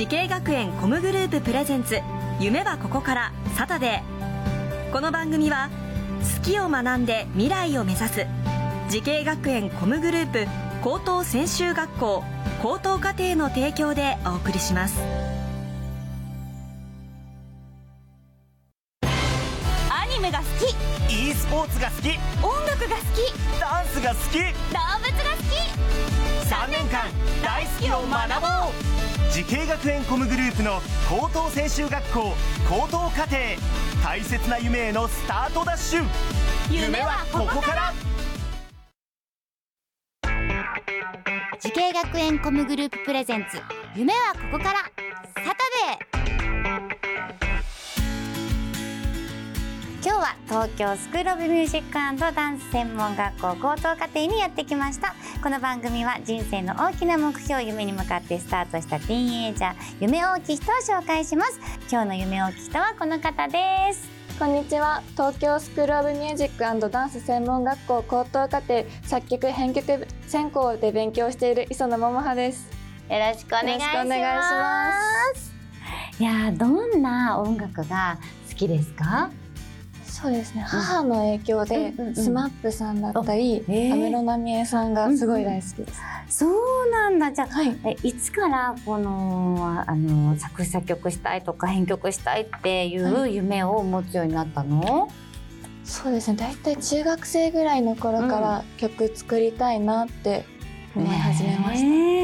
時系学園コムグループプレゼンツ夢はここからサタデー。この番組は好きを学んで未来を目指す時系学園コムグループ高等専修学校高等課程の提供でお送りします。 アニメが好き、 e スポーツが好き、 音楽が好き、 ダンスが好き、 動物が好き。 3年間大好きを学ぼう。時系学園コムグループの高等専修学校高等課程、大切な夢へのスタートダッシュ。夢はここから。 時系学園コムグループプレゼンツ夢はここからサタデー。今日は東京スクールオブミュージック&ダンス専門学校高等課程にやってきました。この番組は人生の大きな目標、夢に向かってスタートしたティーンエイジャー、夢大きい人を紹介します。今日の夢大きい人はこの方です。 こんにちは。東京スクールオブミュージック&ダンス専門学校高等課程作曲編曲専攻で勉強している磯野桃葉です。 よろしくお願いします。いや、どんな音楽が好きですか？ そうですね、母の影響でSMAPさんだったり安室奈美恵さんがすごい大好きです。 そうなんだ。じゃあ、いつからこの作詞作曲したいとか編曲したいっていう夢を持つようになったの？ そうですね、だいたい中学生ぐらいの頃から曲作りたいなって思い始めました。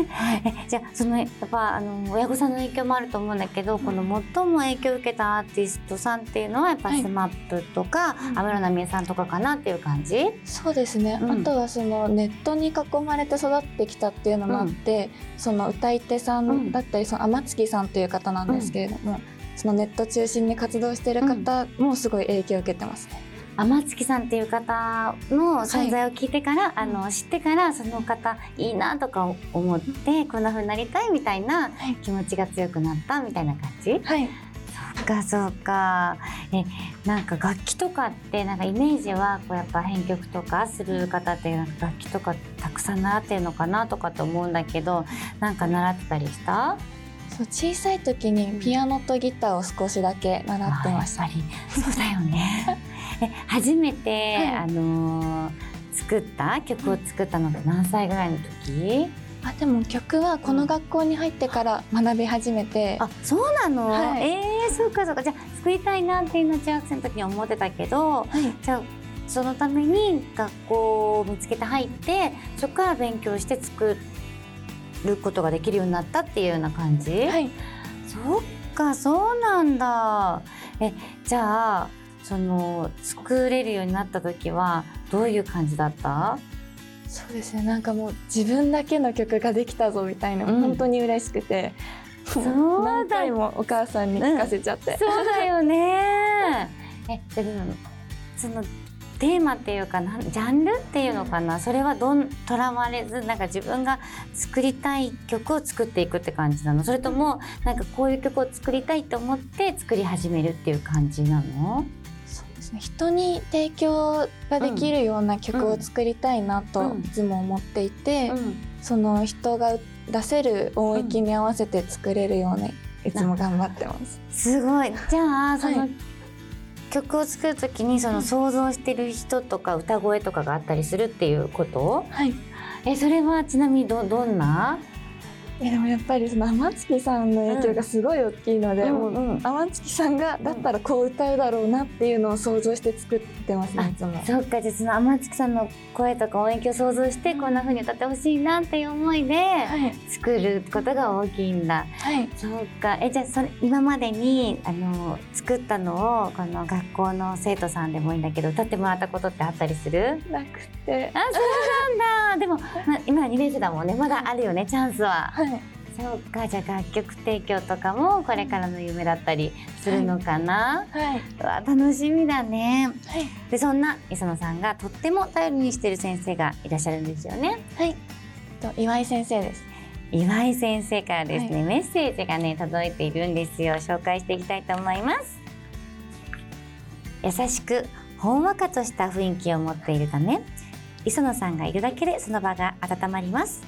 じゃあやっぱ親御さんの影響もあると思うんだけど、この最も影響を受けたアーティストさんっていうのはやっぱSMAPとか安室奈美恵さんとかかなっていう感じ？ そうですね、あとはネットに囲まれて育ってきたっていうのもあって、その歌い手さんだったり、その天月さんという方なんですけれども、そのネット中心に活動している方もすごい影響を受けてますね。 天月さんっていう方の存在を聞いてから、知ってからその方いいなとか思ってこんな風になりたいみたいな気持ちが強くなったみたいな感じ？はい。そうか。なんか楽器とかってなんかイメージはこうやっぱ編曲とかする方ってなんか楽器とかたくさん習ってるのかなとかと思うんだけど、なんか習ってたりした？ 小さい時にピアノとギターを少しだけ習ってました。 やっぱりそうだよね。初めて、曲を作ったのって何歳ぐらいの時？ でも曲はこの学校に入ってから学び始めて。 そうなの？そうか。じゃあ作りたいなっていうのを中学生の時に思ってたけど、じゃあそのために学校を見つけて入ってそこから勉強して作ることができるようになったっていうような感じ？はい。そっか、そうなんだ。じゃあ作れるようになった時はどういう感じだった？ そうですね、なんかもう自分だけの曲ができたぞみたいな、本当に嬉しくて、何回もお母さんに聞かせちゃって。 そうだよね。でもそのテーマっていうかジャンルっていうのかな、それはとらわれずなんか自分が作りたい曲を作っていくって感じなの？それともなんかこういう曲を作りたいと思って作り始めるっていう感じなの？ 人に提供ができるような曲を作りたいなといつも思っていて、その人が出せる音域に合わせて作れるようにいつも頑張ってます。 すごい。じゃあ曲を作る時に想像してる人とか歌声とかがあったりするっていうこと？はい。それはちなみにどんな？ でもやっぱり天月さんの影響がすごい大きいので、天月さんがだったらこう歌うだろうなっていうのを想像して作ってますね、いつも。 そうか。じゃあその天月さんの声とか音域を想像してこんな風に歌ってほしいなっていう思いで作ることが大きいんだ。はい。そうか。じゃあ今までに作ったのをこの学校の生徒さんでもいいんだけど歌ってもらったことってあったりする？ なくて。 そうなんだ。でも今2年生だもんね。まだあるよね、チャンスは。はい。そうか。じゃあ楽曲提供とかもこれからの夢だったりするのかな？はい。楽しみだね。はい。でそんな磯野さんがとっても頼りにしている先生がいらっしゃるんですよね。 はい。岩井先生です。 岩井先生からですね、メッセージがね届いているんですよ。紹介していきたいと思います。優しくほんわかとした雰囲気を持っているため、磯野さんがいるだけでその場が温まります。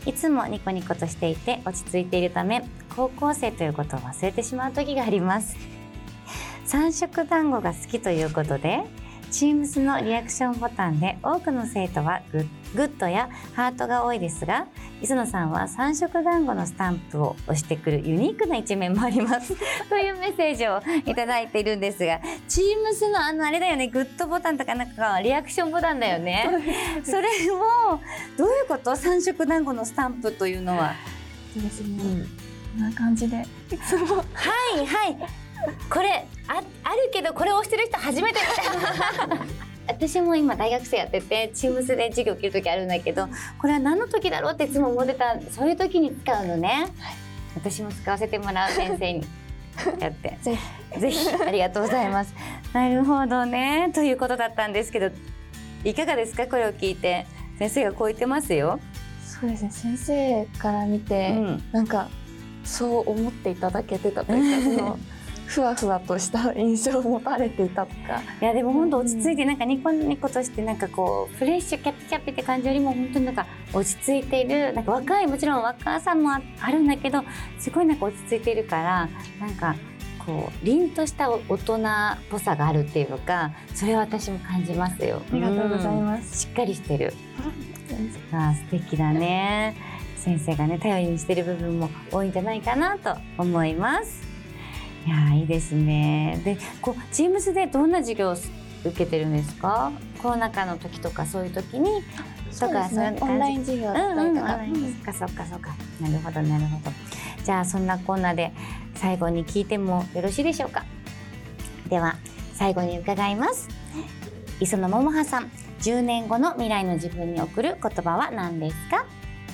いつもニコニコとしていて落ち着いているため、高校生ということを忘れてしまう時があります。三色団子が好きということで、Teams のリアクションボタンで多くの生徒はグッドやハートが多いですが、磯野さんは三色団子のスタンプを押してくるユニークな一面もありますというメッセージをいただいているんですが、Teams のあれだよね、グッドボタンとかなんかリアクションボタンだよね。それもどういうこと？三色団子のスタンプというのは。 そうですね、こんな感じでいつもはいはい、これあるけどこれを押してる人初めて見た私も今大学生やってて Teams で授業受ける時あるんだけど、これは何の時だろうっていつも思ってた。そういう時に使うのね、はい、私も使わせてもらう、先生にやってぜひありがとうございます。なるほどね、ということだったんですけど、いかがですか？これを聞いて。先生がこう言ってますよ。 そうですね、先生から見て、なんかそう思っていただけてたというか、そのふわふわとした印象を持たれていたとか。 いやでも本当落ち着いて、なんかニコニコとして、なんかこうフレッシュキャピキャピって感じよりも本当になんか落ち着いている、なんか若い、もちろん若さもあるんだけど、すごいなんか落ち着いているから、なんかこう凛とした大人っぽさがあるっていうか、それは私も感じますよ。 ありがとうございます。 しっかりしてる素敵だね。先生がね頼りにしてる部分も多いんじゃないかなと思います。いやいいですね。で、こう Teams でどんな授業を受けてるんですか？コロナ禍の時とかそういう時にとか、そういうオンライン授業だったりとか。 そっか。なるほど。じゃあそんなこんなで最後に聞いてもよろしいでしょうか？では最後に伺います。磯野桃葉さん、10年後の未来の自分に送る言葉は何ですか？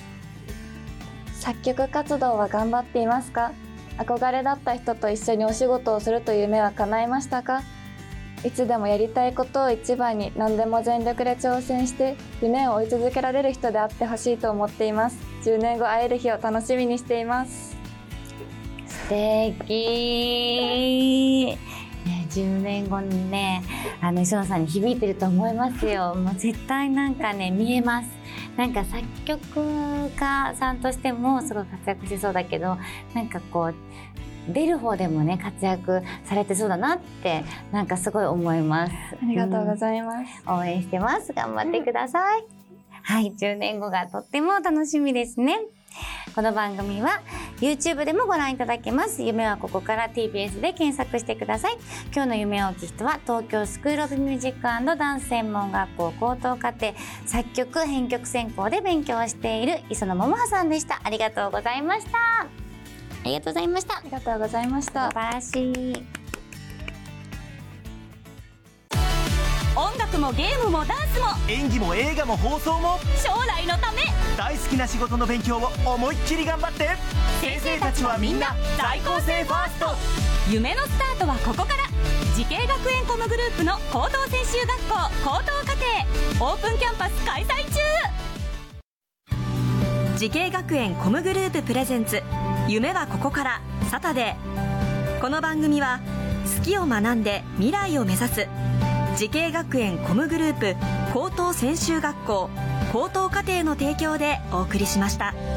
作曲活動は頑張っていますか？憧れだった人と一緒にお仕事をするという夢は叶いましたか？いつでもやりたいことを一番に何でも全力で挑戦して夢を追い続けられる人であってほしいと思っています。10年後会える日を楽しみにしています。 素敵。10年後にね、磯野さんに響いてると思いますよ。もう絶対なんかね、見えます。なんか作曲家さんとしてもすごい活躍しそうだけど、なんかこう出る方でもね活躍されてそうだなってなんかすごい思います。 ありがとうございます。 応援してます。頑張ってください。はい、10年後がとっても楽しみですね。この番組は YouTube でもご覧いただけます。夢はここから TBS で検索してください。今日の夢を聞く人は東京スクールオブミュージック&ダンス専門学校高等課程作曲編曲専攻で勉強している磯野桃葉さんでした。ありがとうございました。ありがとうございました。 ありがとうございました。 素晴らしい。 音楽もゲームもダンスも演技も映画も放送も将来のため、 大好きな仕事の勉強を思いっきり頑張って。先生たちはみんな在校生ファースト。 夢のスタートはここから。慈恵学園コムグループの高等専修学校高等課程オープンキャンパス開催中。 慈恵学園コムグループプレゼンツ夢はここからサタデー。この番組は好きを学んで未来を目指す慈恵学園コムグループ高等専修学校高等課程の提供でお送りしました。